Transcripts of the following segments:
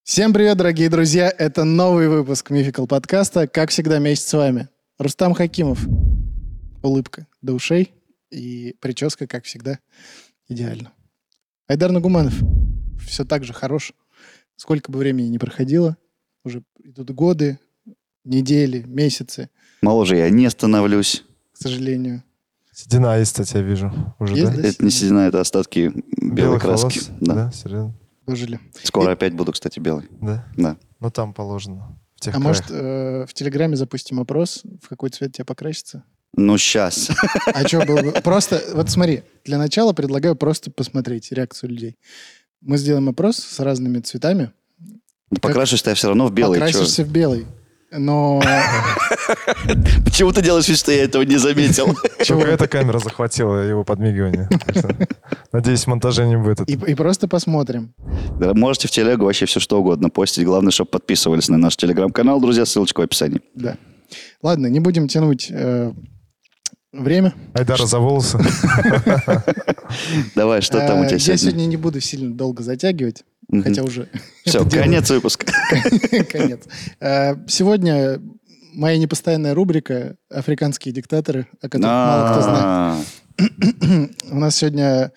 Всем привет, дорогие друзья! Это новый выпуск Mythical подкаста. Как всегда, вместе с вами Рустам Хакимов. Улыбка до ушей и прическа, как всегда, идеально. Айдар Нагуманов. Все так же хорош. Сколько бы времени ни проходило, уже идут годы, недели, месяцы. Моложе я не становлюсь. К сожалению. Седина есть, кстати, я вижу. Уже, Есть, да? да? Это не седина, это остатки белой Белых краски. волос? Да. Серьезно? Дожили. Скоро опять буду, кстати, белый. Да? Да. Ну, там положено. В тех А краях. может, в Телеграме запустим опрос, в какой цвет тебя покраситься? Ну, сейчас. А что было бы? Просто, вот смотри, для начала предлагаю просто посмотреть реакцию людей. Мы сделаем опрос с разными цветами. Покрашусь-то я все равно в белый. Чё? Покрасишься в белый. Но... Почему ты делаешь вид, что я этого не заметил? Только эта камера захватила его подмигивание. Так что, надеюсь, в монтаже не будет. И просто посмотрим. Да, можете в телегу вообще все что угодно постить. Главное, чтобы подписывались на наш телеграм-канал, друзья. Ссылочка в описании. Да. Ладно, не будем тянуть время. Айдара за волосы. Давай, что там у тебя Я сегодня? сегодня не буду сильно долго затягивать, Мгм. хотя уже... Все, это делаю. конец выпуска. Конец. Сегодня моя непостоянная рубрика «Африканские диктаторы», о которых мало кто знает. У нас сегодня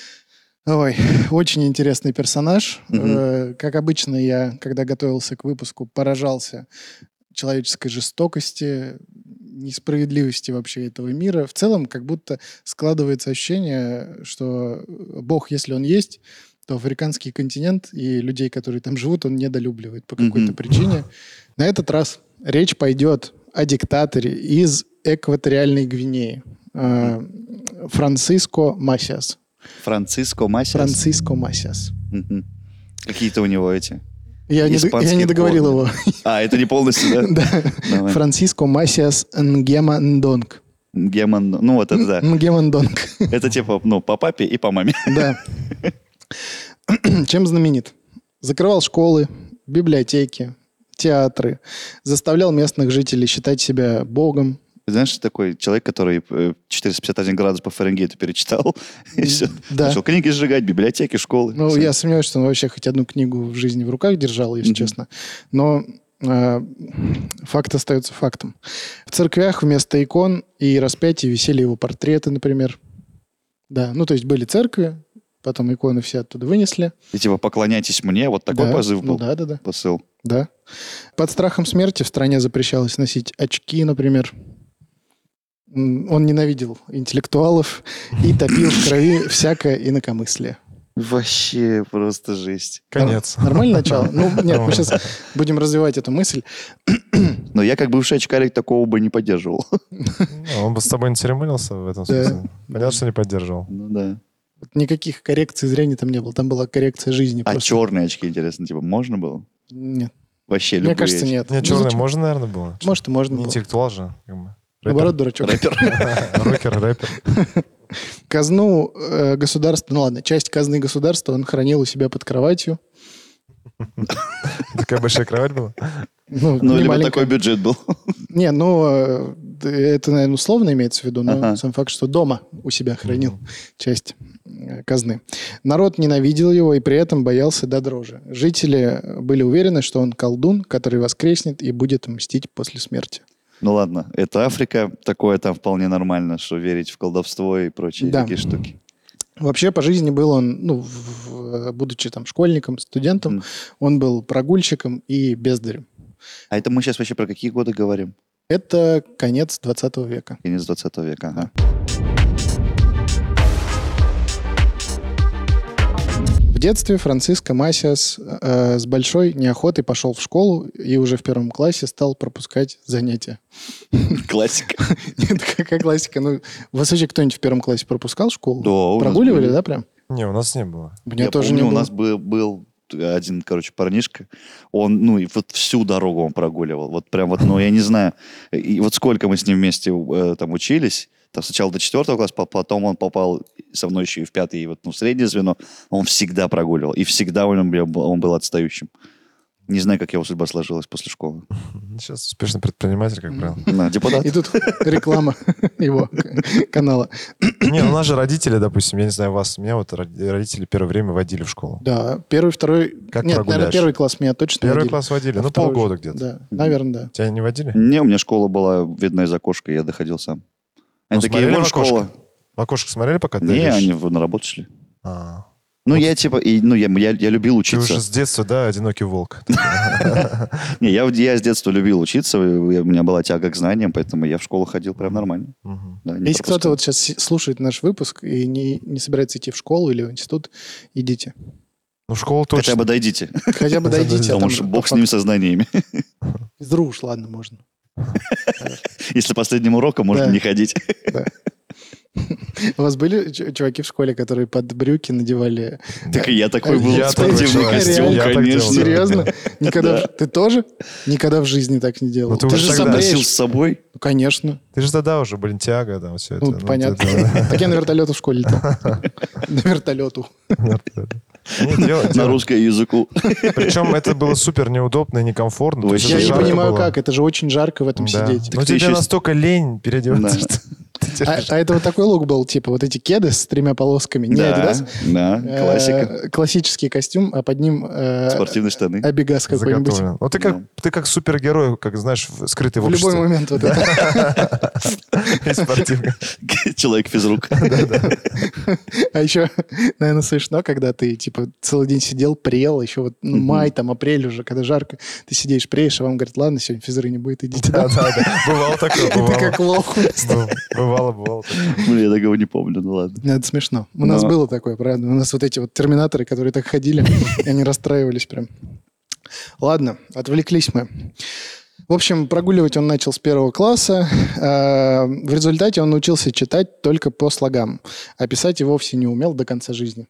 очень интересный персонаж. Как обычно, я, когда готовился к выпуску, поражался человеческой жестокости, несправедливости вообще этого мира. В целом, как будто складывается ощущение, что Бог, если он есть, то африканский континент и людей, которые там живут, он недолюбливает по какой-то причине. На этот раз речь пойдет о диктаторе из Экваториальной Гвинеи. Франсиско Масиас. Франциско Масиас. Франсиско Масиас. Мгм. Какие-то у него эти... Я не Испанские договорил корни. его. А, это не полностью, да? Да. Давай. Франсиско Масиас Нгема Ндонг. Гемон, ну вот это да. Нгема Ндонг. Это типа, ну, по папе и по маме. Да. Чем знаменит? Закрывал школы, библиотеки, театры, заставлял местных жителей считать себя богом. Знаешь, такой человек, который 451 градус по Фаренгейту перечитал, и все. Да. Начал книги сжигать, библиотеки, школы. Ну, Всё. я сомневаюсь, что он вообще хоть одну книгу в жизни в руках держал, если честно. Но факт остается фактом. В церквях вместо икон и распятий висели его портреты, например. Да, ну то есть были церкви, потом иконы все оттуда вынесли. И типа, поклоняйтесь мне, вот такой Да, позыв был. Ну, да. Посыл. Да. Под страхом смерти в стране запрещалось носить очки, например. Он ненавидел интеллектуалов и топил в крови всякое инакомыслие. Вообще просто жесть. Конец. Нормальное начало? Ну, нет, мы сейчас будем развивать эту мысль. Но я как бывший очкарик такого бы не поддерживал. Ну, он бы с тобой не церемонился в этом Да. смысле. Понятно, что не поддерживал. Ну да. Никаких коррекций зрения там не было. Там была коррекция жизни. А просто. черные очки, интересно, типа, можно было? Нет. Вообще Мне любые кажется, очки. нет. Не, Ну, черный зачем? можно, наверное, было. Может, и можно Не было. интеллектуал же. Как бы. Наоборот, дурачок. Рокер, рэпер. Казну государства, ну ладно, часть казны государства он хранил у себя под кроватью. Такая большая кровать была? Ну, Ну, не либо маленькая. такой бюджет был. Не, ну, это, наверное, условно имеется в виду, но Ага. сам факт, что дома у себя хранил часть казны. Народ ненавидел его и при этом боялся до дрожи. Жители были уверены, что он колдун, который воскреснет и будет мстить после смерти. Ну ладно, это Африка, такое там вполне нормально, что верить в колдовство и прочие Да. такие штуки. Вообще по жизни был он, ну, будучи там школьником, студентом, он был прогульщиком и бездарем. А это мы сейчас вообще про какие годы говорим? Это конец 20 века. Конец 20 века, ага. В детстве Франциско Масиас с большой неохотой пошел в школу и уже в 1 классе стал пропускать занятия. Классика. Нет, какая классика. Ну, вас вообще кто-нибудь в 1 классе пропускал школу? Да, у нас Прогуливали, были. да, прям? Не, у нас не было. У меня Я тоже помню, не у было. нас был один, короче, парнишка. Он, ну, и вот всю дорогу он прогуливал. Вот прям вот, ну, я не знаю. И вот сколько мы с ним вместе там учились. Там сначала до 4 класса, потом он попал со мной еще и в 5-й, вот, ну, в среднее звено. Он всегда прогуливал. И всегда он был отстающим. Не знаю, как его судьба сложилась после школы. Сейчас успешный предприниматель, как правило. Да, депутат. И тут реклама его канала. Не, у нас же родители, допустим, я не знаю, вас, меня вот родители первое время водили в школу. Да, первый, второй... Как Нет, прогуляешь? наверное, первый класс меня точно Первый водили. класс водили, А ну второй полгода уже- где-то. Да, наверное, да. Тебя не водили? Не, у меня школа была видна из окошка, я доходил сам. Они такие, смотрели вон в окошко? школа. В окошко смотрели, пока ты Не, идешь? они на работу шли. А. Ну, я типа, я любил Ты учиться. уже с детства, да, одинокий волк. Не, я с детства любил учиться, у меня была тяга к знаниям, поэтому я в школу ходил прям нормально. Мгм. Да, не Если кто-то пропускал. вот сейчас слушает наш выпуск и не собирается идти в школу или в институт, идите. Ну, в школу Хотя точно. бы дойдите, Хотя бы дойдите. а потому там что по бог с ними факту со знаниями. из РУШ, ладно, можно. Если последним уроком можно Да. не ходить. Да. У вас были чуваки в школе, которые под брюки надевали... Так и я такой был, Я такой спортивный человек. костюм, Я так конечно. делал, да. Серьезно? Никогда Да. Ты тоже? Никогда в жизни так не делал? Ну, ты Ты уже же тогда сам Носил бреешь. с собой. Ну, конечно. Ты же тогда уже, тяга, там, все это. Ну, понятно. Так я на вертолету в школе летал. На вертолету. На русском языку. Причем это было супер неудобно и некомфортно. То есть Вообще Я это не жарко понимаю, было. как. Это же очень жарко в этом Да. сидеть. Но ты тебе еще- настолько лень переодеваться, Да. что ты держишь. А это вот такой лук был, типа вот эти кеды с 3 полосками. Не Да, Adidas. да, классика. Классический костюм, а под ним Спортивные штаны. Абигас какой-нибудь. Заготовлено. Ну, ты как супергерой, как, знаешь, скрытый в В любой обществе. момент вот это. И спортивка. Человек-физрук. А еще, наверное, смешно, когда ты, типа, целый день сидел, прел, еще вот май, там, апрель уже, когда жарко, ты сидишь, преешь, а вам говорят, ладно, сегодня физры не будет, идите. Да. Бывало такое, И ты бывало. как лох. Бывало такое. Блин, я такого не помню, ну ладно. Это смешно. У нас Но- было такое, правда. У нас вот эти вот терминаторы, которые так ходили, и они расстраивались прям. Ладно, отвлеклись мы. В общем, прогуливать он начал с 1 класса. В результате он научился читать только по слогам, а писать и вовсе не умел до конца жизни.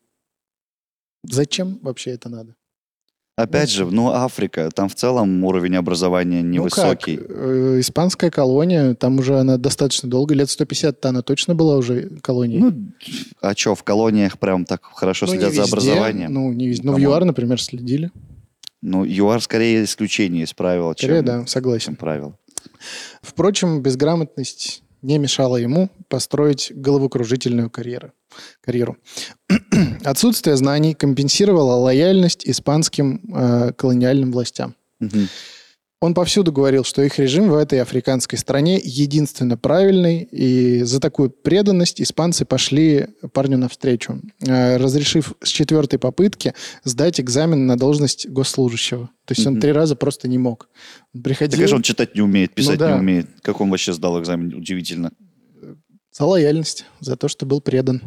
Зачем вообще это надо? Опять же, Африка, там в целом уровень образования невысокий. Ну как, испанская колония, там уже она достаточно долго, лет 150-то она точно была уже колонией. Ну, а что, в колониях прям так хорошо Ну, не следят за везде, образованием? Ну, не везде. Ну, в Камон. ЮАР, например, следили. Ну, ЮАР скорее исключение из правил, Скорее, чем, да, согласен. чем правило. Впрочем, безграмотность не мешала ему построить головокружительную карьеру. Отсутствие знаний компенсировало лояльность испанским колониальным властям. Мгм. Он повсюду говорил, что их режим в этой африканской стране единственно правильный, и за такую преданность испанцы пошли парню навстречу, разрешив с 4-й попытки сдать экзамен на должность госслужащего. То есть он Мгм. 3 раза просто не мог. Он Так приходил конечно, он читать не умеет, писать да. не умеет. Как он вообще сдал экзамен? Удивительно. за лояльность, за то, что был предан.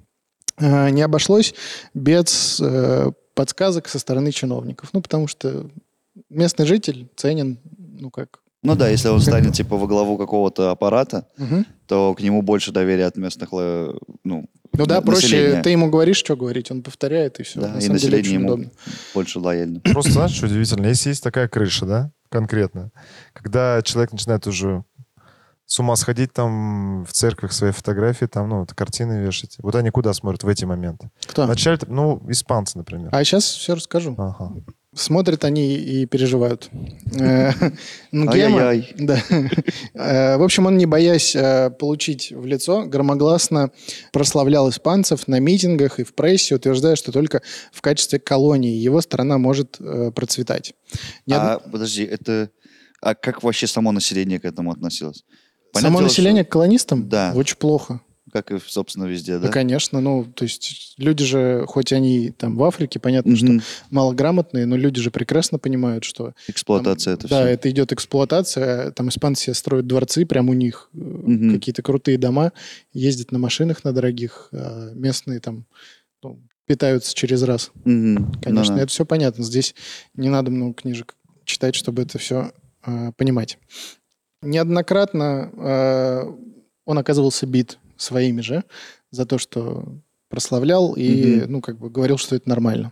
Не обошлось без подсказок со стороны чиновников. Ну, потому что местный житель ценен, ну как... Ну да, если он станет типа во главу какого-то аппарата, Мгм. то к нему больше доверия от местных, Ну да, проще населения. ты ему говоришь, что говорить, он повторяет, и все. Да, На и самом деле население очень ему удобно. больше лояльно. Просто, знаешь, что удивительно? Если есть такая крыша, да, конкретно, когда человек начинает уже с ума сходить там в церквях свои фотографии, там, вот, картины вешать. Вот они куда смотрят в эти моменты? Кто? Вначале, испанцы, например. А сейчас все расскажу. Ага. Смотрят они и переживают. Нгема, Ай-яй-яй. да. В общем, он, не боясь получить в лицо, громогласно прославлял испанцев на митингах и в прессе, утверждая, что только в качестве колонии его страна может процветать. Подожди, А как вообще само население к этому относилось? Понятное Само дело, население к колонистам? Да. Очень плохо. Как и, собственно, везде, Да, да? конечно. То есть люди же, хоть они там в Африке, понятно, что Мгм. малограмотные, но люди же прекрасно понимают, что... Эксплуатация это да, все. это идет эксплуатация. Там испанцы себе строят дворцы, прямо у них какие-то крутые дома, ездят на машинах на дорогих, а местные там питаются через раз. Конечно, это все понятно. Здесь не надо много книжек читать, чтобы это все понимать. Неоднократно он оказывался бит своими же за то, что прославлял и говорил, что это нормально.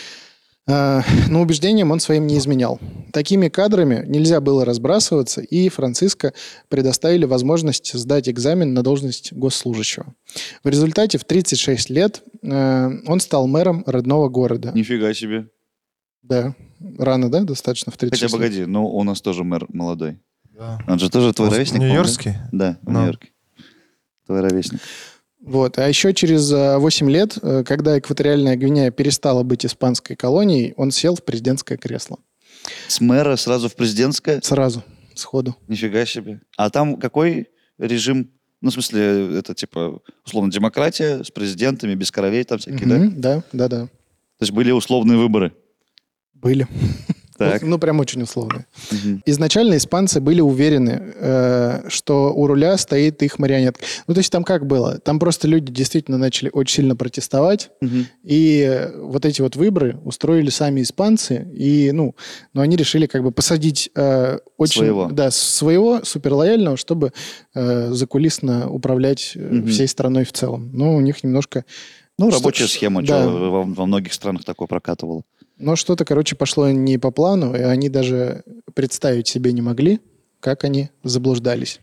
Но убеждениям он своим не изменял. Такими кадрами нельзя было разбрасываться, и Франциско предоставили возможность сдать экзамен на должность госслужащего. В результате в 36 лет он стал мэром родного города. Нифига себе. Да. Рано, да? Достаточно в 36 Хотя, лет. погоди, ну у нас тоже мэр молодой. Да. Он же тоже твой ровесник, по-моему, да? Нью-Йоркский? Да, в Ну. Нью-Йорке. Твой ровесник. Вот. А еще через 8 лет, когда экваториальная Гвинея перестала быть испанской колонией, он сел в президентское кресло. С мэра сразу в президентское? Сразу, сходу. Нифига себе. А там какой режим? Ну, в смысле, это типа, условно, демократия с президентами, без кровей там всякие, да? Мгм, да, да, да. То есть были условные выборы. Были. Так. Ну, прям очень условные. Мгм. Изначально испанцы были уверены, что у руля стоит их марионетка. Ну, то есть там как было? Там просто люди действительно начали очень сильно протестовать, Мгм. и вот эти вот выборы устроили сами испанцы, и, ну, но они решили как бы посадить очень... Своего. Да, своего суперлояльного, чтобы закулисно управлять Мгм. всей страной в целом. Но у них немножко... Ну, Что- рабочая схема, да. что во многих странах такое прокатывало. Но что-то, короче, пошло не по плану, и они даже представить себе не могли, как они заблуждались.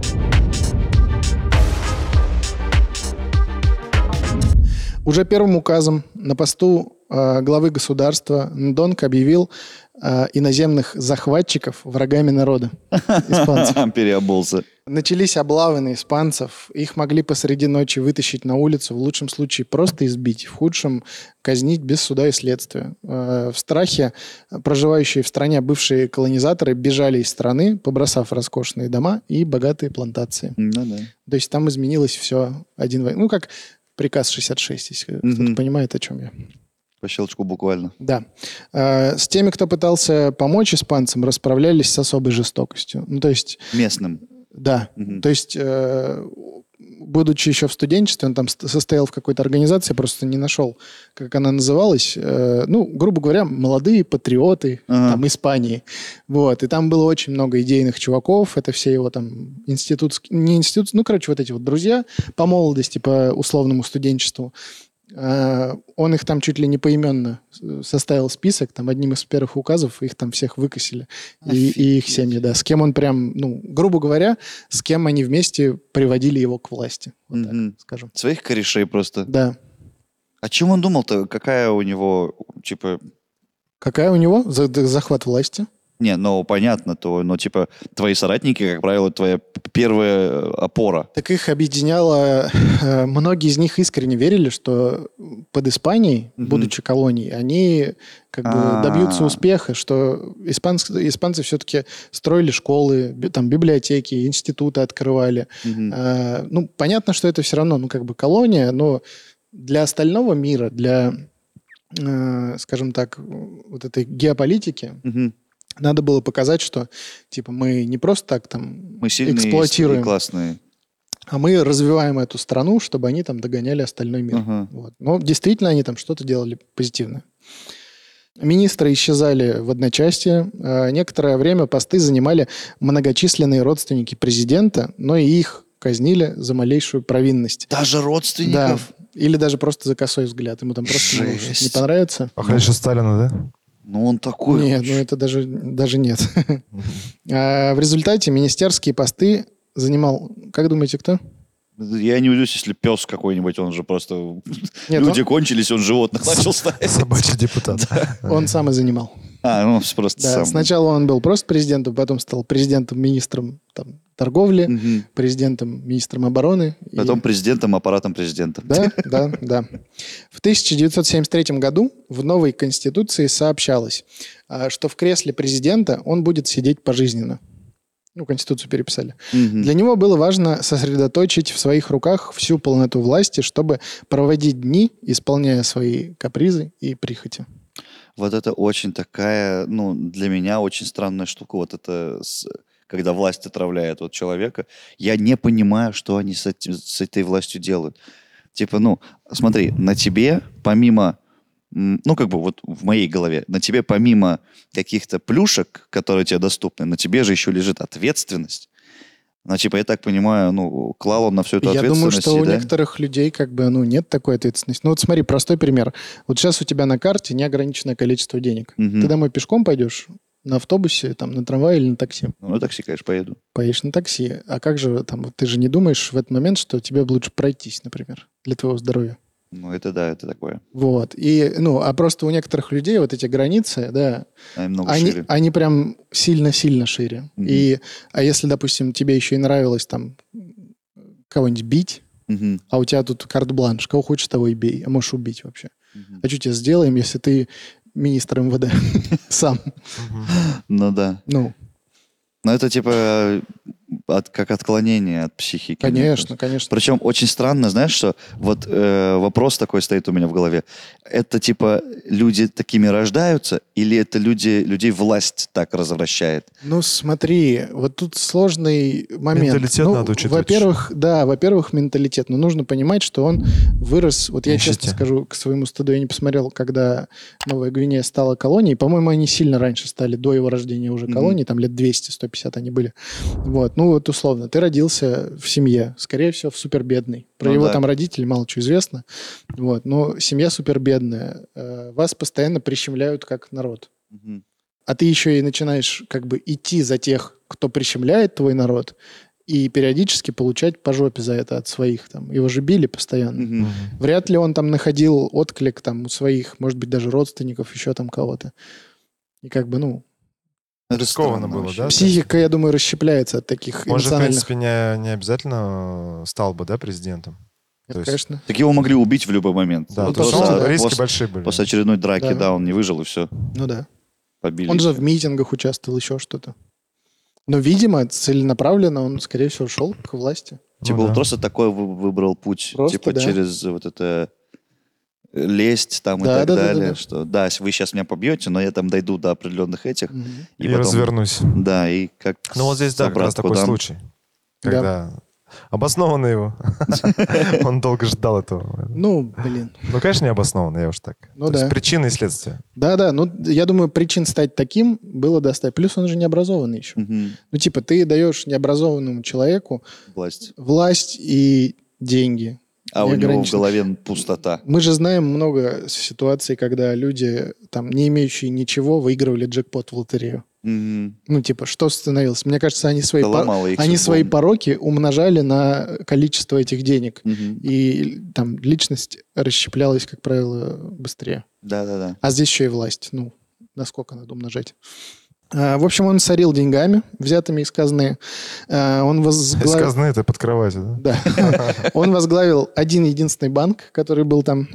Уже первым указом на посту главы государства Ндонг объявил иноземных захватчиков врагами народа, испанцев. Переобулся. Начались облавы на испанцев. Их могли посреди ночи вытащить на улицу, в лучшем случае просто избить, в худшем казнить без суда и следствия. В страхе проживающие в стране бывшие колонизаторы бежали из страны, побросав роскошные дома и богатые плантации. Ну да. То есть там изменилось все один в один. Ну, как приказ 66, если кто-то Мгм. понимает, о чем я. По щелчку буквально. Да. С теми, кто пытался помочь испанцам, расправлялись с особой жестокостью. Ну, то есть, Местным. да. Мгм. То есть, будучи еще в студенчестве, он там состоял в какой-то организации, я просто не нашел, как она называлась. Ну, грубо говоря, молодые патриоты Ага. там, Испании. Вот. И там было очень много идейных чуваков. Это все его там не институт, ну, короче, вот эти вот друзья по молодости, по условному студенчеству. Он их там чуть ли не поименно составил список, там одним из первых указов их там всех выкосили. И их семьи, да. С кем он прям, ну, грубо говоря, с кем они вместе приводили его к власти. Вот Мгм. так скажем. Своих корешей просто. Да. А чем он думал-то? Какая у него, типа... Какая у него захват власти? Не, ну, понятно, но, типа, твои соратники, как правило, твоя первая опора. Так их объединяло... Многие из них искренне верили, что под Испанией, Мгм. будучи колонией, они как бы А. добьются успеха, что испанцы все-таки строили школы, там библиотеки, институты открывали. Мгм. Ну, понятно, что это все равно, ну, как бы колония, но для остального мира, для, скажем так, вот этой геополитики, Мгм. надо было показать, что, типа, мы не просто так там Мы сильные и эксплуатируем, классные. а мы развиваем эту страну, чтобы они там догоняли остальной мир. Ага. Вот. Но действительно они там что-то делали позитивное. Министры исчезали в одночасье. Некоторое время посты занимали многочисленные родственники президента, но и их казнили за малейшую провинность. Даже Да. родственников? Или даже просто за косой взгляд. Ему там просто ну, Жесть. не понравится. Похлеще Сталина, да? Ну, он такой. Нет, ну это даже нет. В результате министерские посты занимал, как думаете, кто? Я не удивлюсь, если пес какой-нибудь, он же просто... Нет, Люди кончились, он животных начал ставить. Собачий депутат. он сам и занимал. Ну, просто Да, сам. сначала он был просто президентом, потом стал президентом-министром там, торговли, Мгм. президентом-министром обороны. и- Потом президентом, аппаратом президента. Да, да, да. В 1973 году в новой конституции сообщалось, что в кресле президента он будет сидеть пожизненно. Ну, конституцию переписали. Мгм. Для него было важно сосредоточить в своих руках всю полноту власти, чтобы проводить дни, исполняя свои капризы и прихоти. Вот это очень такая, ну, для меня очень странная штука. Вот это, когда власть отравляет вот человека. Я не понимаю, что они с этой властью делают. Типа, ну, смотри, на тебе помимо, ну, как бы вот в моей голове, на тебе помимо каких-то плюшек, которые тебе доступны, на тебе же еще лежит ответственность. Ну, типа, я так понимаю, ну, клал он на всю эту Я думаю, ответственность. что у да? некоторых людей как бы, ну, нет такой ответственности. Ну, вот смотри, простой пример. Вот сейчас у тебя на карте неограниченное количество денег. Мгм. Ты домой пешком пойдешь, на автобусе, там, на трамвае или на такси? Ну, на такси, конечно, поеду. Поедешь на такси. А как же там, вот ты же не думаешь в этот момент, что тебе лучше пройтись, например, для твоего здоровья? Ну, это да, это такое. Вот. И, ну, а просто у некоторых людей вот эти границы, да, Они много шире. они прям сильно-сильно шире. Мгм. А если, допустим, тебе еще и нравилось там кого-нибудь бить, Мгм. а у тебя тут карт-бланш, кого хочешь, того и бей, а можешь убить вообще. Мгм. А что тебе сделаем, если ты министр МВД сам? Мгм. Ну да. Ну, Но это типа как отклонение от психики. мне конечно, кажется. конечно. Причем очень странно, знаешь, что вот вопрос такой стоит у меня в голове. Это типа люди такими рождаются или это людей власть так развращает? Ну, смотри, вот тут сложный момент. Менталитет Ну, надо учитывать во-первых, менталитет. Но нужно понимать, что он вырос. Вот я честно Нищете. скажу, к своему стыду, я не посмотрел, когда Новая Гвинея стала колонией. По-моему, они сильно раньше стали, до его рождения уже Мгм. колонией, там лет 200-150 они были. Вот, ну вот условно, ты родился в семье, скорее всего, в супербедной. Про Ну его да. там родителей мало чего известно. Вот, но семья супербедная. Вас постоянно прищемляют как народ. Мгм. А ты еще и начинаешь как бы идти за тех, кто прищемляет твой народ, и периодически получать по жопе за это от своих. Там. Его же били постоянно. Мгм. Мгм. Вряд ли он там находил отклик там, у своих, может быть, даже родственников, еще там кого-то. И как бы, ну, Это Рискованно странно было, вообще. да? психика, я думаю, расщепляется от таких Он же, в эмоциональных... принципе, не обязательно стал бы, да, президентом. Это, то есть- конечно. Так его могли убить в любой момент. Да, Ну, то есть по сути, он- да. риски большие были. После очередной драки, Да. да, он не выжил, и все, Ну да. побили. Он и же всё. в митингах участвовал, еще что-то. Но, видимо, целенаправленно он, скорее всего, шел к власти. Ну Типа он да. просто такой выбрал путь, Просто, типа да. через вот это лесть там и Да, так да, да, да, далее, да. что да, вы сейчас меня побьете, но я там дойду до определенных этих, Мгм. И потом- развернусь. Да, и как Ну вот здесь, да, как собрат раз такой куда- случай. Да. Когда обоснованно его. Он долго ждал этого. Ну, блин. Ну, конечно, не обоснованно, я уж так. Ну То есть да. причины и следствия. Да-да, ну, я думаю, причин стать таким было достаточно. Плюс он же необразованный еще. Мгм. Ну, типа, ты даешь необразованному человеку Власть. власть и деньги. А у него в неограниченно. голове пустота. Мы же знаем много ситуаций, когда люди, там, не имеющие ничего, выигрывали джекпот в лотерею. Мгм. Ну, типа, что становилось? Мне кажется, они свои, Да ломало их они судьбу. свои пороки умножали на количество этих денег. Мгм. И там личность расщеплялась, как правило, быстрее. Да-да-да. А здесь еще и власть. Ну, насколько надо умножать. В общем, он сорил деньгами, взятыми из казны. Он возглавил... Сказано это под кроватью, да? Да. Он возглавил один единственный банк, который был там,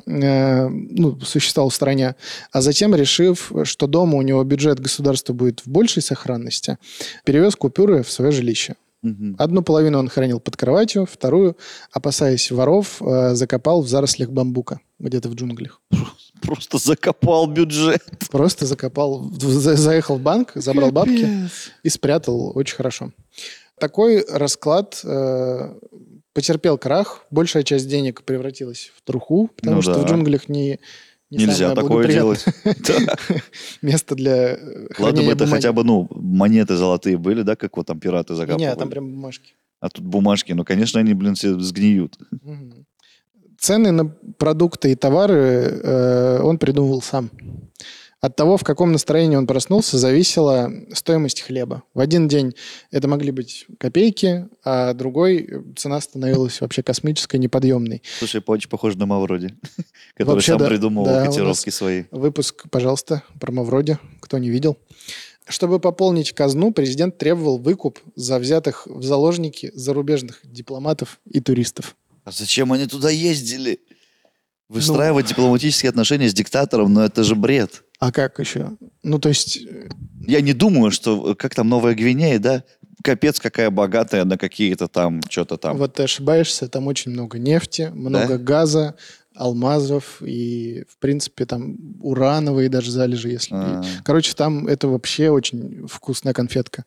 ну, существовал в стране, а затем, решив, что дома у него бюджет государства будет в большей сохранности, перевез купюры в свое жилище. Мгм. Одну половину он хранил под кроватью, вторую, опасаясь воров, закопал в зарослях бамбука где-то в джунглях. Просто закопал бюджет. Просто закопал, заехал в банк, забрал бабки и спрятал очень хорошо. Такой расклад потерпел крах. Большая часть денег превратилась в труху, потому Ну что да. в джунглях не Нельзя самое такое делать. благоприятное Да. место для Ладно бы хранения это бумаги. хотя бы, ну, монеты золотые были, да, как вот там пираты Не, закапывали. там прям бумажки. А тут бумажки, ну, конечно, они, блин, все сгниют. Мгм. Цены на продукты и товары он придумывал сам. От того, в каком настроении он проснулся, зависела стоимость хлеба. В один день это могли быть копейки, а другой цена становилась вообще космической, неподъемной. Слушай, очень похоже на Мавроди, который Вообще, сам да. придумывал Да, у нас котировки свои. Выпуск, пожалуйста, про Мавроди, кто не видел. Чтобы пополнить казну, президент требовал выкуп за взятых в заложники зарубежных дипломатов и туристов. А зачем они туда ездили? Выстраивать дипломатические отношения с диктатором, ну это же бред. А как еще? Ну, то есть, Я не думаю, что, как там, Новая Гвинея, да? Капец, какая богатая на какие-то там, что-то там. вот ты ошибаешься, там очень много нефти, много газа, алмазов и, в принципе, там урановые даже залежи, если... А, Короче, там это вообще очень вкусная конфетка.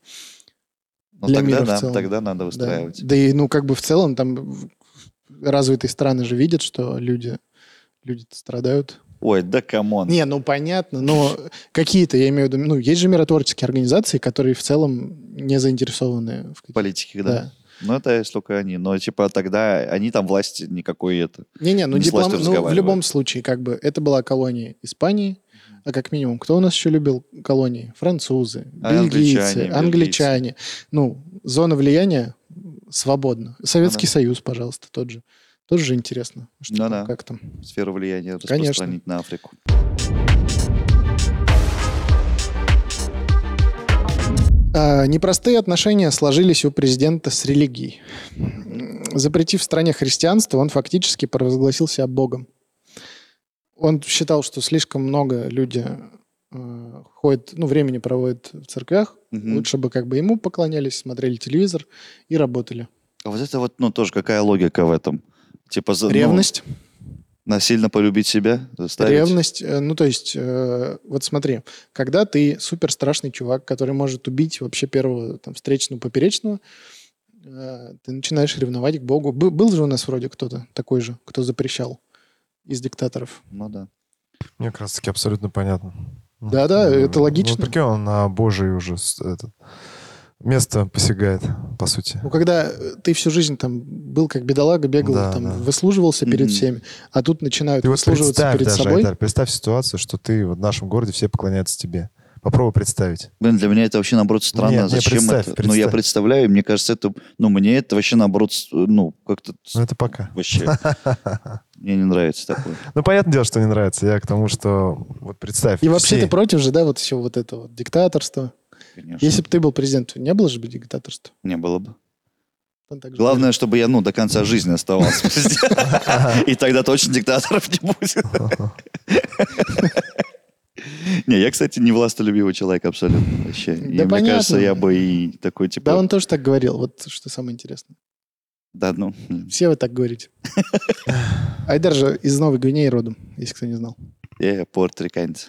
ну для тогда мира в да, целом. тогда надо Да. выстраивать. Да и, ну, как бы в целом там развитые страны же видят, что люди страдают. Ой, да камон. Не, ну понятно, но какие-то, я имею в виду, ну, есть же миротворческие организации, которые в целом не заинтересованы в каких-то... Политики, да. Да. Ну, это если только они. Но, типа, тогда они там власти никакой это. Не-не, ну, Не с властью ну в разговаривают. любом случае, как бы, это была колония Испании, а как минимум, кто у нас еще любил колонии? Французы, бельгийцы, Англичане, англичане. Ну, зона влияния свободна. Советский да. Союз, пожалуйста, тот же Тоже же интересно. Что там, Да-да. как там. Сферу влияния Конечно. распространить на Африку. Непростые отношения сложились у президента с религией. Запретив в стране христианство, он фактически провозгласил себя богом. Он считал, что слишком много люди ходят, времени проводят в церквях. Мгм. Лучше бы как бы ему поклонялись, смотрели телевизор и работали. А вот это вот, тоже какая логика в этом? Типа, Ревность. насильно полюбить себя? Заставить? Ревность. То есть, вот смотри, когда ты супер страшный чувак, который может убить вообще первого там, встречного, поперечного, ты начинаешь ревновать к Богу. Был же у нас вроде кто-то такой же, кто запрещал из диктаторов. Ну да. Мне как раз таки абсолютно понятно. Да-да, это логично. Ну, прикинь, он на Божие уже место посягает, по сути. Когда ты всю жизнь там был как бедолага, бегал, Да, там, да. выслуживался перед Мгм. всеми, а тут начинают Ты вот выслуживаться представь перед даже, собой. Айдар, представь ситуацию, что ты вот в нашем городе все поклоняются тебе. Попробуй представить. Блин, для меня это вообще, наоборот, странно. Нет, Зачем представь, это? Ну, я представь. представляю, и мне кажется, это... мне это вообще, наоборот, как-то... Ну, это пока. Вообще. Мне не нравится такое. Ну, понятное дело, что не нравится. Я к тому, что вот представь. И вообще все- ты против же, да, вот все вот это вот диктаторство. Конечно. Если бы ты был президентом, не было же бы диктаторства? Не было бы. Он так же Главное, чтобы я, до конца жизни оставался президентом. И тогда точно диктаторов не будет. Не, я, кстати, не властолюбивый человек абсолютно вообще. И Да мне понятно. кажется, я бы и такой, говорит. Да, типа... он тоже так говорил. Вот что самое интересное. Да, Все вы так говорите. Айдар же из Новой Гвинеи родом, если кто не знал. я порториканец.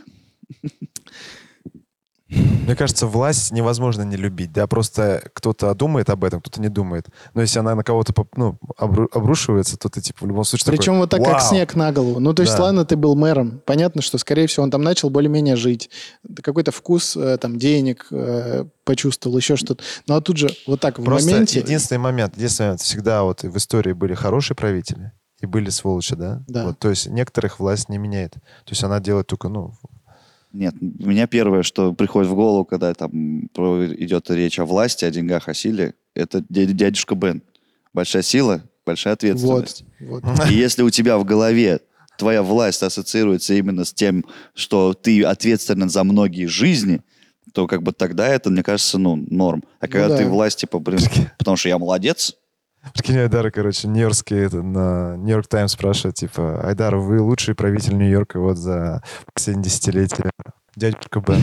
Мне кажется, власть невозможно не любить. Да, просто кто-то думает об этом, кто-то не думает. Но если она на кого-то обрушивается, то ты типа в любом случае Причем такой, вот так, как «Вау!» снег на голову. Ну, то есть, Да. ладно, ты был мэром. Понятно, что, скорее всего, он там начал более-менее жить. Какой-то вкус там денег почувствовал, еще что-то. Ну, а тут же вот так в Просто моменте... единственный момент, всегда вот в истории были хорошие правители и были сволочи, да? Да. Вот, то есть некоторых власть не меняет. То есть она делает только, Нет, у меня первое, что приходит в голову, когда там идет речь о власти, о деньгах, о силе, это дядюшка Бен. Большая сила, большая ответственность. Вот. И если у тебя в голове твоя власть ассоциируется именно с тем, что ты ответственен за многие жизни, то как бы тогда это, мне кажется, норм. А когда да. ты власть, типа, потому что я молодец, Прикинь, Айдара, нью-йоркский, на Нью-Йорк Таймс спрашивает, типа, Айдар, вы лучший правитель Нью-Йорка вот за последние десятилетия. Дядюшка Бен.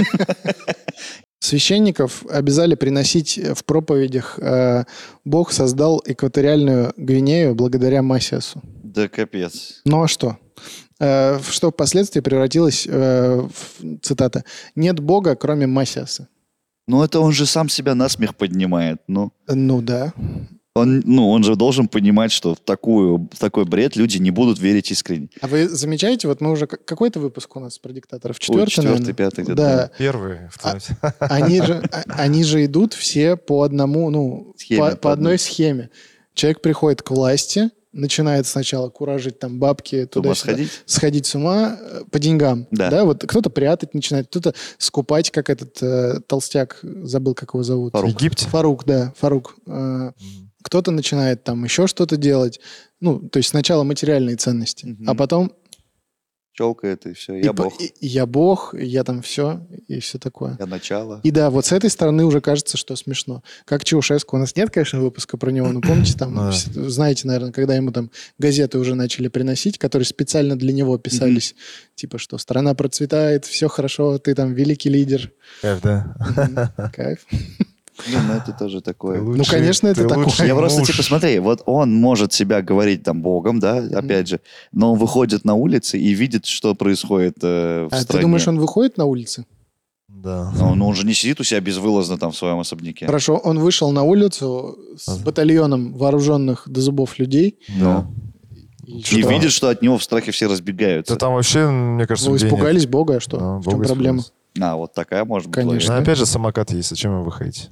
Священников обязали приносить в проповедях «Бог создал экваториальную Гвинею благодаря Масиасу». да капец. Ну а что? Что впоследствии превратилось в, цитата, «Нет Бога, кроме Масиаса». Это он же сам себя на смех поднимает, Ну да. Он же должен понимать, что в такой бред люди не будут верить искренне. А вы замечаете, вот мы уже... Какой-то выпуск у нас про диктаторов? Четвертый, наверное? Пятый где-то. Да. Первый, второй. Они же идут все по одному, Схеме, по одной схеме. Человек приходит к власти, начинает сначала куражить там бабки, С ума туда-сюда, сходить с ума по деньгам. Да. Вот кто-то прятать начинает, кто-то скупать, как этот толстяк, забыл, как его зовут. В Египте? Фарук, да, Фарук. Кто-то начинает там еще что-то делать. То есть сначала материальные ценности, а потом... Челкает, и все. Я бог. Я бог, я там все, и все такое. Я начало. И да, вот с этой стороны уже кажется, что смешно. Как Чаушеску. У нас нет, конечно, выпуска про него, но помните, там, знаете, наверное, когда ему там газеты уже начали приносить, которые специально для него писались. Типа, что страна процветает, все хорошо, ты там великий лидер. Кайф, да? Кайф. Это тоже такое. Конечно, это такое. Я просто, смотри, вот он может себя говорить там богом, да, опять же, но он выходит на улицы и видит, что происходит в стране. Ты думаешь, он выходит на улицы? Да. Он же не сидит у себя безвылазно там в своем особняке. Хорошо, он вышел на улицу с батальоном вооруженных до зубов людей. Да. И видит, что от него в страхе все разбегаются. Да там вообще, мне кажется, Вы людей нет. испугались Бога, а что? Да, В чем Бога проблема? испугались. Вот такая может быть. Конечно. Но опять же самокат есть, зачем вы выходите?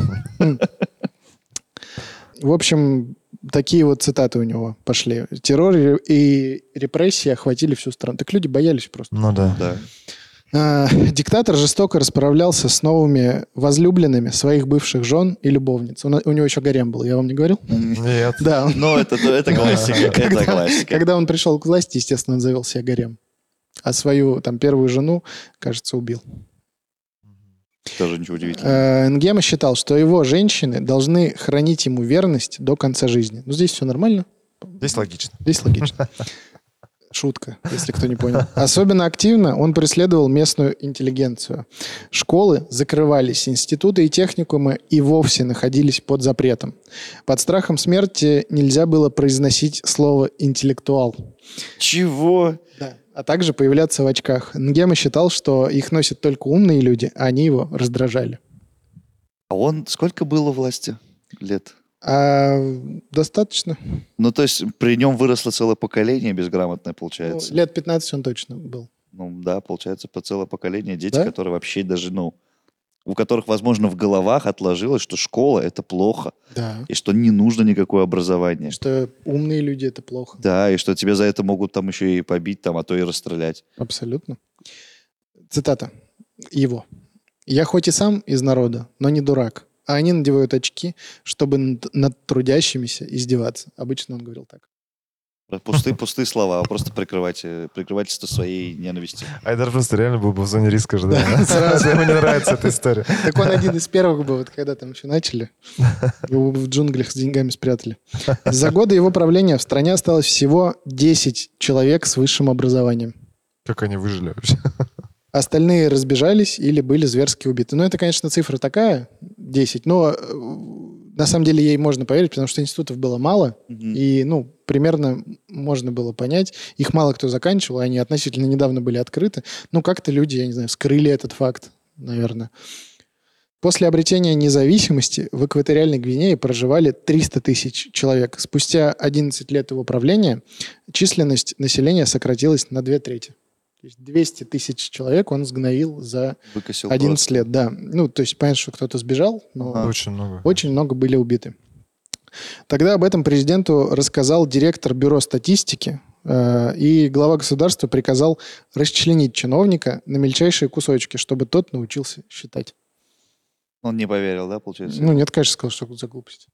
В общем, такие вот цитаты у него пошли. Террор и репрессии охватили всю страну. Так люди боялись просто. Ну да. Да. Диктатор жестоко расправлялся с новыми возлюбленными своих бывших жен и любовниц. У него еще гарем был, я вам не говорил? Нет. Да. Ну, это классика, это классика. Когда он пришел к власти, естественно, он завел себе гарем. А свою там первую жену, кажется, убил. Тоже ничего удивительного. Нгема считал, что его женщины должны хранить ему верность до конца жизни. Ну, здесь все нормально. Здесь логично. Здесь логично. Шутка, если кто не понял. Особенно активно он преследовал местную интеллигенцию. Школы закрывались, институты и техникумы и вовсе находились под запретом. Под страхом смерти нельзя было произносить слово «интеллектуал». Чего? Да. А также появляться в очках. Нгема считал, что их носят только умные люди, а они его раздражали. А он сколько было власти лет? Достаточно. Ну, то есть при нем выросло целое поколение безграмотное, Ну, получается. лет 15 он точно был. Ну, да, получается, по целое поколение. Дети, Да? которые вообще даже, у которых, возможно, в головах отложилось, что школа — это плохо, Да. и что не нужно никакое образование. Что умные люди — это плохо. Да, и что тебя за это могут там еще и побить, там, а то и расстрелять. Абсолютно. Цитата его. «Я хоть и сам из народа, но не дурак. А они надевают очки, чтобы над трудящимися издеваться». Обычно он говорил так. Пустые слова, просто прикрывательство своей ненависти. Айдар просто реально был бы в зоне риска же, да? Сразу ему не нравится эта история. Так он один из первых был, вот когда там еще начали. Его в джунглях с деньгами спрятали. За годы его правления в стране осталось всего 10 человек с высшим образованием. Как они выжили вообще? Остальные разбежались или были зверски убиты. Ну, это, конечно, цифра такая, 10, но на самом деле ей можно поверить, потому что институтов было мало, и, примерно можно было понять. Их мало кто заканчивал, они относительно недавно были открыты. Ну, как-то люди, я не знаю, скрыли этот факт, наверное. После обретения независимости в экваториальной Гвинее проживали 300 тысяч человек. Спустя 11 лет его правления численность населения сократилась на 2/3. То есть 200 тысяч человек он сгноил за Выкосил 11 просто. лет, да. Ну, то есть понятно, что кто-то сбежал, но Очень много. очень много были убиты. Тогда об этом президенту рассказал директор бюро статистики, и глава государства приказал расчленить чиновника на мельчайшие кусочки, чтобы тот научился считать. Он не поверил, да, получается? Ну, нет, конечно, сказал, что за глупость.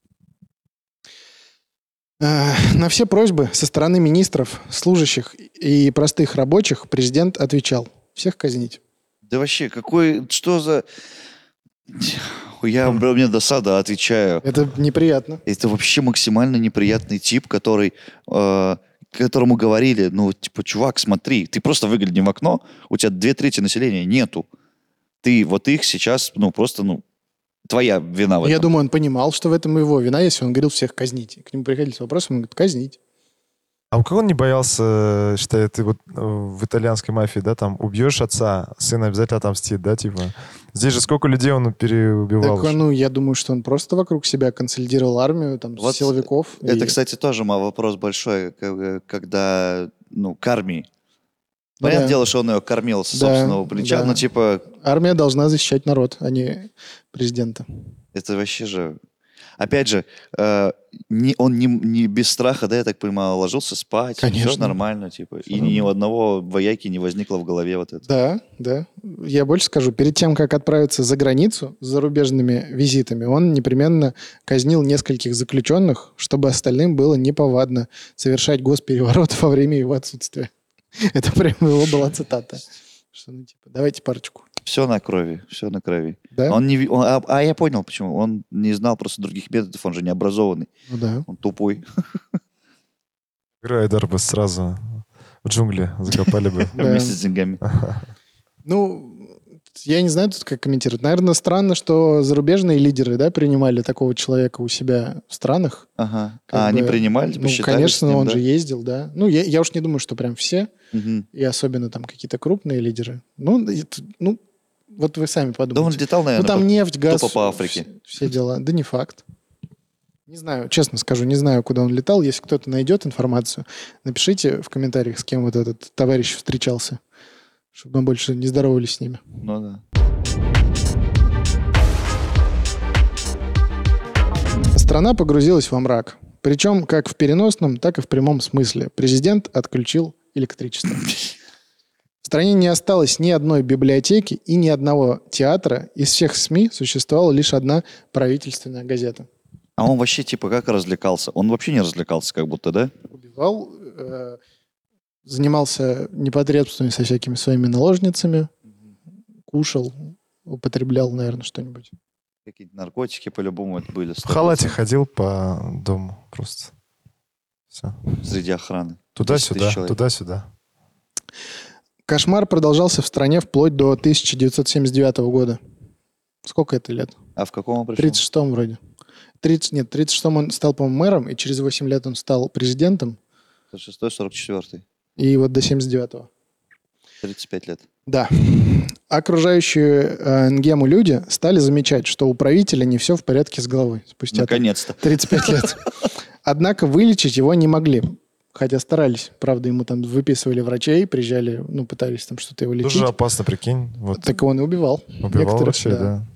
На все просьбы со стороны министров, служащих и простых рабочих президент отвечал: всех казнить. Да вообще, что за... Мне досада, отвечаю. Это неприятно. Это вообще максимально неприятный тип, которому говорили, чувак, смотри, ты просто выгляни в окно, у тебя 2/3 населения нету. Ты вот их сейчас, твоя вина в этом. Я думаю, он понимал, что в этом его вина, если он говорил всех казнить. К нему приходили с вопросом, он говорит: казнить. А у кого он не боялся, считаю, ты вот в итальянской мафии, да, там убьешь отца, сын обязательно отомстит, да, типа? Здесь же сколько людей он переубивал. Так, я думаю, что он просто вокруг себя консолидировал армию, там, Вот силовиков. Это, кстати, тоже вопрос большой, когда, к армии. Ну Понятное да. дело, что он ее кормил с собственного плеча, да. но типа... Армия должна защищать народ, а не президента. Это вообще же... Опять же, он не без страха, да, я так понимаю, ложился спать. Конечно. Все нормально, типа. И ни у одного вояки не возникло в голове вот это. Да. Я больше скажу. Перед тем, как отправиться за границу с зарубежными визитами, он непременно казнил нескольких заключенных, чтобы остальным было неповадно совершать госпереворот во время его отсутствия. Это прямо его была цитата. Что, давайте парочку. Все на крови. Да? Я понял, почему. Он не знал просто других методов, он же не образованный. Ну да. Он тупой. Айдар бы сразу в джунгли закопали бы. Да. Вместе с деньгами. Я не знаю тут, как комментировать. Наверное, странно, что зарубежные лидеры, да, принимали такого человека у себя в странах. Ага. Как Они бы, принимали, посчитали конечно, с ним, он да? же ездил, да. Я уж не думаю, что прям все, Мгм. и особенно там какие-то крупные лидеры. Вот вы сами Да он подумайте. летал, наверное, там нефть, газ, тупо по Африке. все дела. Да не факт. Не знаю, честно скажу, не знаю, куда он летал. Если кто-то найдет информацию, напишите в комментариях, с кем вот этот товарищ встречался, чтобы мы больше не здоровались с ними. Ну да. Страна погрузилась во мрак. Причем как в переносном, так и в прямом смысле. Президент отключил электричество. В стране не осталось ни одной библиотеки и ни одного театра. Из всех СМИ существовала лишь одна правительственная газета. А он вообще типа как развлекался? Он вообще не развлекался как будто, да? Убивал, занимался непотребствами со всякими своими наложницами, кушал, употреблял, наверное, что-нибудь. Какие-то наркотики по-любому это были. В халате ходил по дому просто. Все. Среди охраны. 10 Туда-сюда, тысяч человек. туда-сюда. Кошмар продолжался в стране вплоть до 1979 года. Сколько это лет? А в каком он В пришел? 36-м вроде. В 36-м он стал, по-моему, мэром, и через 8 лет он стал президентом. 46-й, 44-й. И вот до 79-го. 35 лет. Да. Окружающие Нгему люди стали замечать, что у правителя не все в порядке с головой спустя Наконец-то. 35 лет. Однако вылечить его не могли. Хотя старались. Правда, ему там выписывали врачей, приезжали, пытались там что-то его лечить. Тоже опасно, прикинь. Вот. Так он и убивал. Убивал некоторых, вообще, да.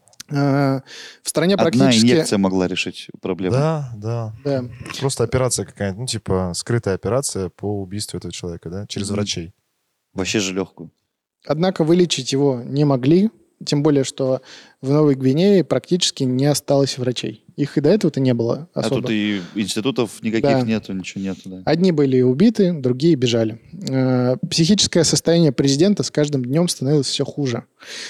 В стране Одна практически... инъекция могла решить проблему. Да. Да. Просто операция какая-нибудь, скрытая операция по убийству этого человека, да, через врачей. Вообще же легкую. Однако вылечить его не могли, тем более, что в Новой Гвинее практически не осталось врачей. Их и до этого-то не было особо. А тут и институтов никаких Да. нету, ничего нету, да. Одни были убиты, другие бежали. Психическое состояние президента с каждым днем становилось все хуже.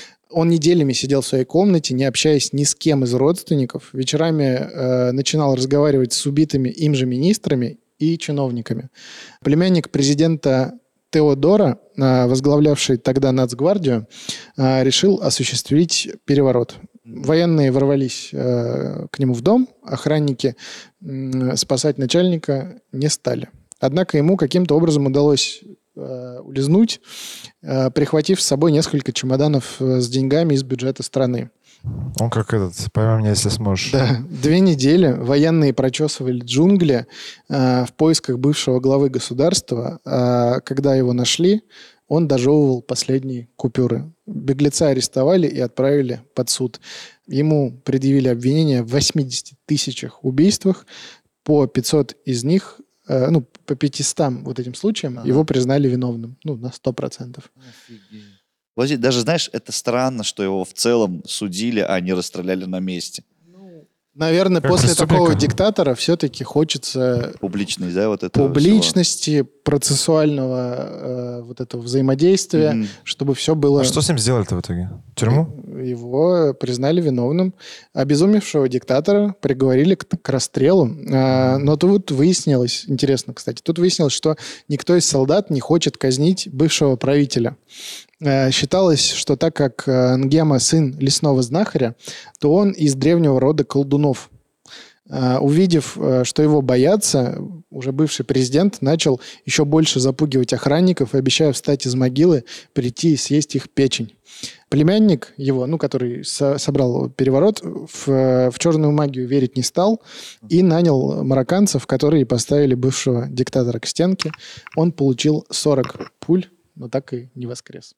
Он неделями сидел в своей комнате, не общаясь ни с кем из родственников. Вечерами начинал разговаривать с убитыми им же министрами и чиновниками. Племянник президента Теодора, возглавлявший тогда Нацгвардию, решил осуществить переворот. Военные ворвались к нему в дом, охранники спасать начальника не стали. Однако ему каким-то образом удалось улизнуть, прихватив с собой несколько чемоданов с деньгами из бюджета страны. Он как пойми меня, если сможешь. Да, 2 недели военные прочесывали джунгли в поисках бывшего главы государства. Когда его нашли, он дожевывал последние купюры. Беглеца арестовали и отправили под суд. Ему предъявили обвинение в 80 тысячах убийствах. По 500 из них, по 500 вот этим случаям его признали виновным. На 100%. Подожди, даже, знаешь, это странно, что его в целом судили, а не расстреляли на месте. Наверное, Как после преступника. такого диктатора все-таки хочется Публичность, да, вот это публичности, процессуального вот этого взаимодействия, Мгм. чтобы все было... А что с ним сделали-то в итоге? Тюрьму? Его признали виновным. Обезумевшего диктатора приговорили к расстрелу. Но тут выяснилось, интересно, кстати, что никто из солдат не хочет казнить бывшего правителя. Считалось, что так как Нгема сын лесного знахаря, то он из древнего рода колдунов. Увидев, что его боятся, уже бывший президент начал еще больше запугивать охранников, обещая встать из могилы, прийти и съесть их печень. Племянник его, который собрал переворот, в черную магию верить не стал и нанял марокканцев, которые поставили бывшего диктатора к стенке. Он получил 40 пуль, но так и не воскрес.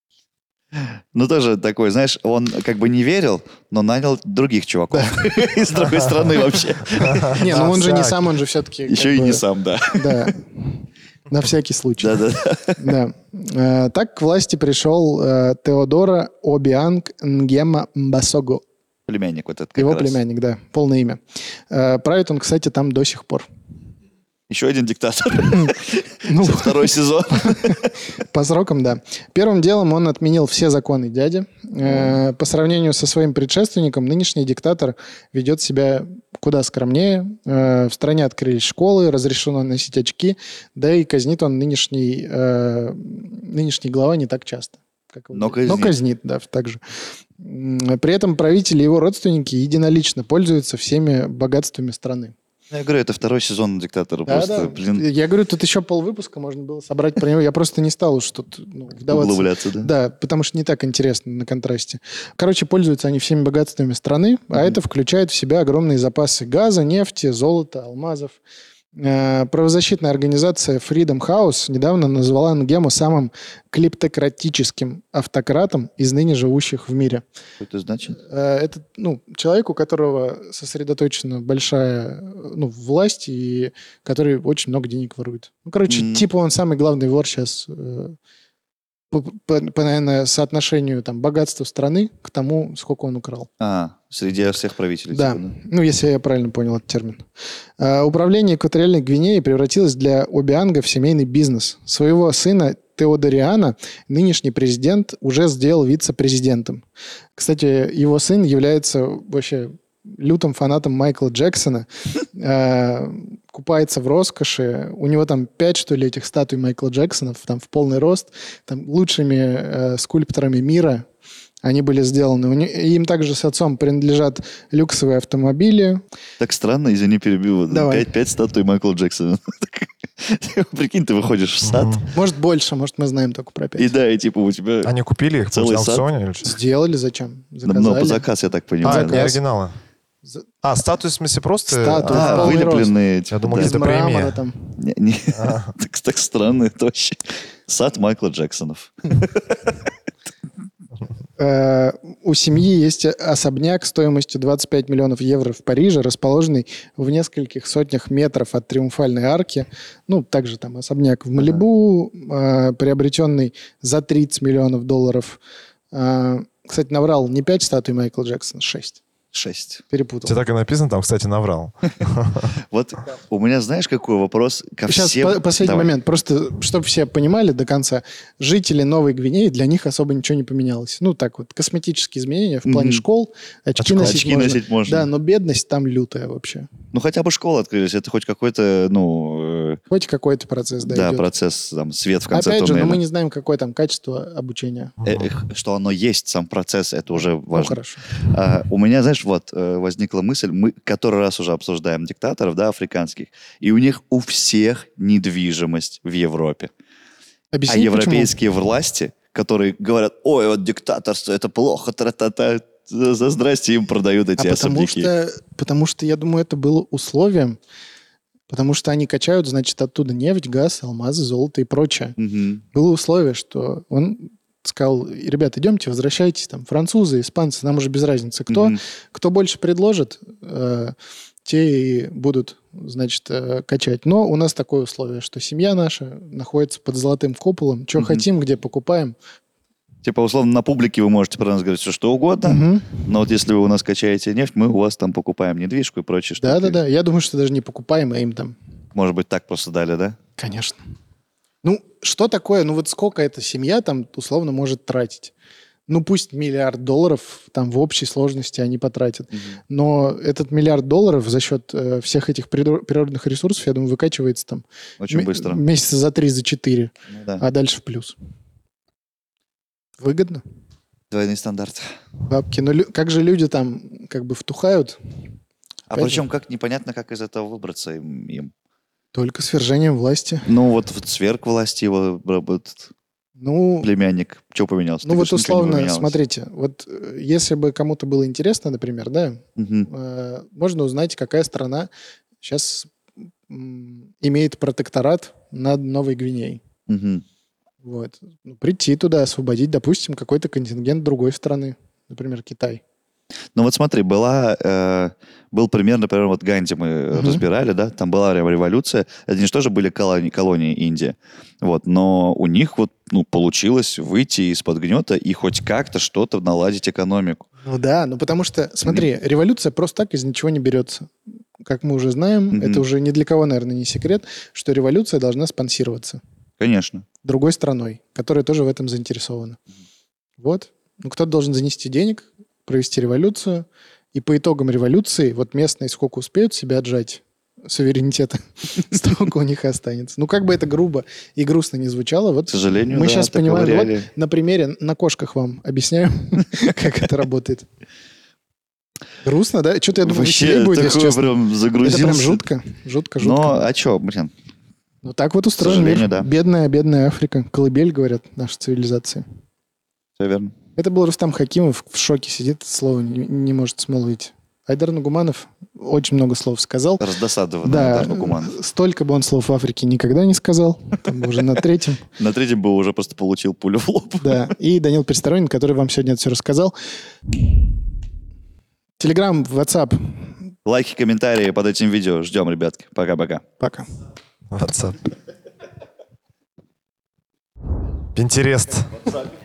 Ну, тоже такой, знаешь, он как бы не верил, но нанял других чуваков из другой страны вообще. Не, он же не сам, он же все-таки... Еще и не сам, да. Да, на всякий случай. Да-да-да. Да. Так к власти пришел Теодора Обианг Нгема Мбасого. Племянник вот этот как Его раз. племянник, да, полное имя. Правит он, кстати, там до сих пор. Еще один диктатор. Ну, Второй сезон. по срокам, да. Первым делом он отменил все законы дяди. По сравнению со своим предшественником, нынешний диктатор ведет себя куда скромнее. В стране открылись школы, разрешено носить очки, да и казнит он нынешний глава не так часто. Но казнит. казнит, да, также. При этом правители и его родственники единолично пользуются всеми богатствами страны. Я говорю, это второй сезон диктатора. Да, Просто, да. блин, Я говорю, тут еще полвыпуска можно было собрать про него. Я просто не стал уж тут вдаваться. углубляться, да? Да, потому что не так интересно на контрасте. Короче, пользуются они всеми богатствами страны, а это включает в себя огромные запасы газа, нефти, золота, алмазов. Правозащитная организация Freedom House недавно назвала Нгему самым клептократическим автократом из ныне живущих в мире. Что это значит? Это человек, у которого сосредоточена большая власть и который очень много денег ворует. Типа он самый главный вор сейчас наверное, соотношению там, богатства страны к тому, сколько он украл. Среди всех правителей. Да, типа, ну, если я правильно понял этот термин. Управление Экваториальной Гвинеей превратилось для Обианга в семейный бизнес. Своего сына Теодориана нынешний президент уже сделал вице-президентом. Кстати, его сын является вообще лютым фанатом Майкла Джексона. Купается в роскоши. У него там 5, что ли, этих статуй Майкла Джексона там в полный рост. Там лучшими скульпторами мира они были сделаны. Им также с отцом принадлежат люксовые автомобили. Так странно, извини, перебил. Давай. 5 статуй Майкла Джексона. Прикинь, ты выходишь в сад. Может, больше, может, мы знаем только про 5. И да, и типа у тебя... Они купили их Целый на сад? аукционе или что? Сделали зачем? Но Заказали. по заказ, я так понимаю. Не оригиналы. статуи в смысле просто... Статуи. полный вылепленные. Типа, думал, да. Из это мрамора премия. там. Так странно это вообще. Сад Майкла Джексонов. У семьи есть особняк стоимостью 25 миллионов евро в Париже, расположенный в нескольких сотнях метров от Триумфальной арки. Ну, также там особняк в Малибу, приобретенный за 30 миллионов долларов. Кстати, наврал, не 5 статуй Майкла Джексона, 6. 6. Перепутал. Тебе так и написано, там, кстати, наврал. Вот у меня, знаешь, какой вопрос ко Сейчас всем... последний Давай. момент. Просто, чтобы все понимали до конца, жители Новой Гвинеи, для них особо ничего не поменялось. Ну, так вот, косметические изменения в плане школ, очки Очки носить можно. Да, но бедность там лютая вообще. Ну, хотя бы школы открылись. Это хоть какой-то, Хоть какой-то процесс, да, идет. процесс, там, свет в конце Опять же, туннеля. но мы не знаем, какое там качество обучения. Что оно есть, сам процесс, это уже Ну, важно. хорошо. У меня, знаешь, вот возникла мысль, мы который раз уже обсуждаем диктаторов, да, африканских, и у них у всех недвижимость в Европе. Объясни, Европейские власти, которые говорят, ой, вот диктаторство, это плохо, тра-та-та, за здрасте им продают эти особняки. Потому что, я думаю, это было условием, потому что они качают, значит, оттуда нефть, газ, алмазы, золото и прочее. Мгм. Было условие, что он сказал, ребят, идемте, возвращайтесь, там, французы, испанцы, нам уже без разницы, кто больше предложит, те и будут, значит, качать. Но у нас такое условие, что семья наша находится под золотым куполом, что хотим, где покупаем. Типа, условно, на публике вы можете про нас говорить все, что угодно, но вот если вы у нас качаете нефть, мы у вас там покупаем недвижку и прочие штуки. Да-да-да, я думаю, что даже не покупаем, а им там... Может быть, так просто дали, да? Конечно. Ну, что такое, ну вот сколько эта семья там условно может тратить? Ну, пусть $1 миллиард там в общей сложности они потратят. Но этот $1 миллиард за счет всех этих природных ресурсов, я думаю, выкачивается там Очень быстро. месяца за 3, за 4, Ну да. а дальше в плюс. Выгодно. Двойный стандарт. Бабки. Но как же люди там как бы втухают? А Опять причем же. как непонятно, как из этого выбраться им. Только свержением власти. Ну вот сверг власти его этот Ну, племянник. Что поменялся? ну Ты вот говоришь, ничего не условно, поменялось. смотрите, вот если бы кому-то было интересно, например, да, Мгм. можно узнать, какая страна сейчас имеет протекторат над Новой Гвинеей. Мгм. Вот. Ну, прийти туда, освободить, допустим, какой-то контингент другой страны, например, Китай. Ну вот смотри, был пример, например, вот Ганди мы разбирали, да, там была прям революция, это не что же были колонии Индии, вот, но у них вот, ну, получилось выйти из-под гнета и хоть как-то что-то наладить экономику. Ну да, ну потому что, смотри, революция просто так из ничего не берется. Как мы уже знаем, это уже ни для кого, наверное, не секрет, что революция должна спонсироваться Конечно. другой страной, которая тоже в этом заинтересована. Вот. Ну, кто-то должен занести денег, провести революцию, и по итогам революции вот местные сколько успеют себя отжать суверенитета, столько у них и останется. Ну, как бы это грубо и грустно не звучало, вот К сожалению, мы да, сейчас таковы понимаем, реалии. вот на примере, на кошках вам объясняю, как это работает. Грустно, да? Что-то, я думаю, веселее Вообще, будет, если такое честно. прям Это загрузился. прям жутко, жутко. Но, а что, блин, Ну, так вот устроен сожалению, мир. да. Бедная Африка. Колыбель, говорят, нашей цивилизации. все верно. Это был Рустам Хакимов, в шоке сидит, слово не может смолвить. Айдар Нугуманов очень много слов сказал. Раздосадованный Да, Айдар Нугуманов. столько бы он слов в Африке никогда не сказал. Там уже на третьем. На третьем бы уже просто получил пулю в лоб. Да. И Данил Пересторонин, который вам сегодня это все рассказал. Телеграм, WhatsApp. Лайки, комментарии под этим видео. Ждем, ребятки. Пока-пока. Пока. WhatsApp. Пинтерест.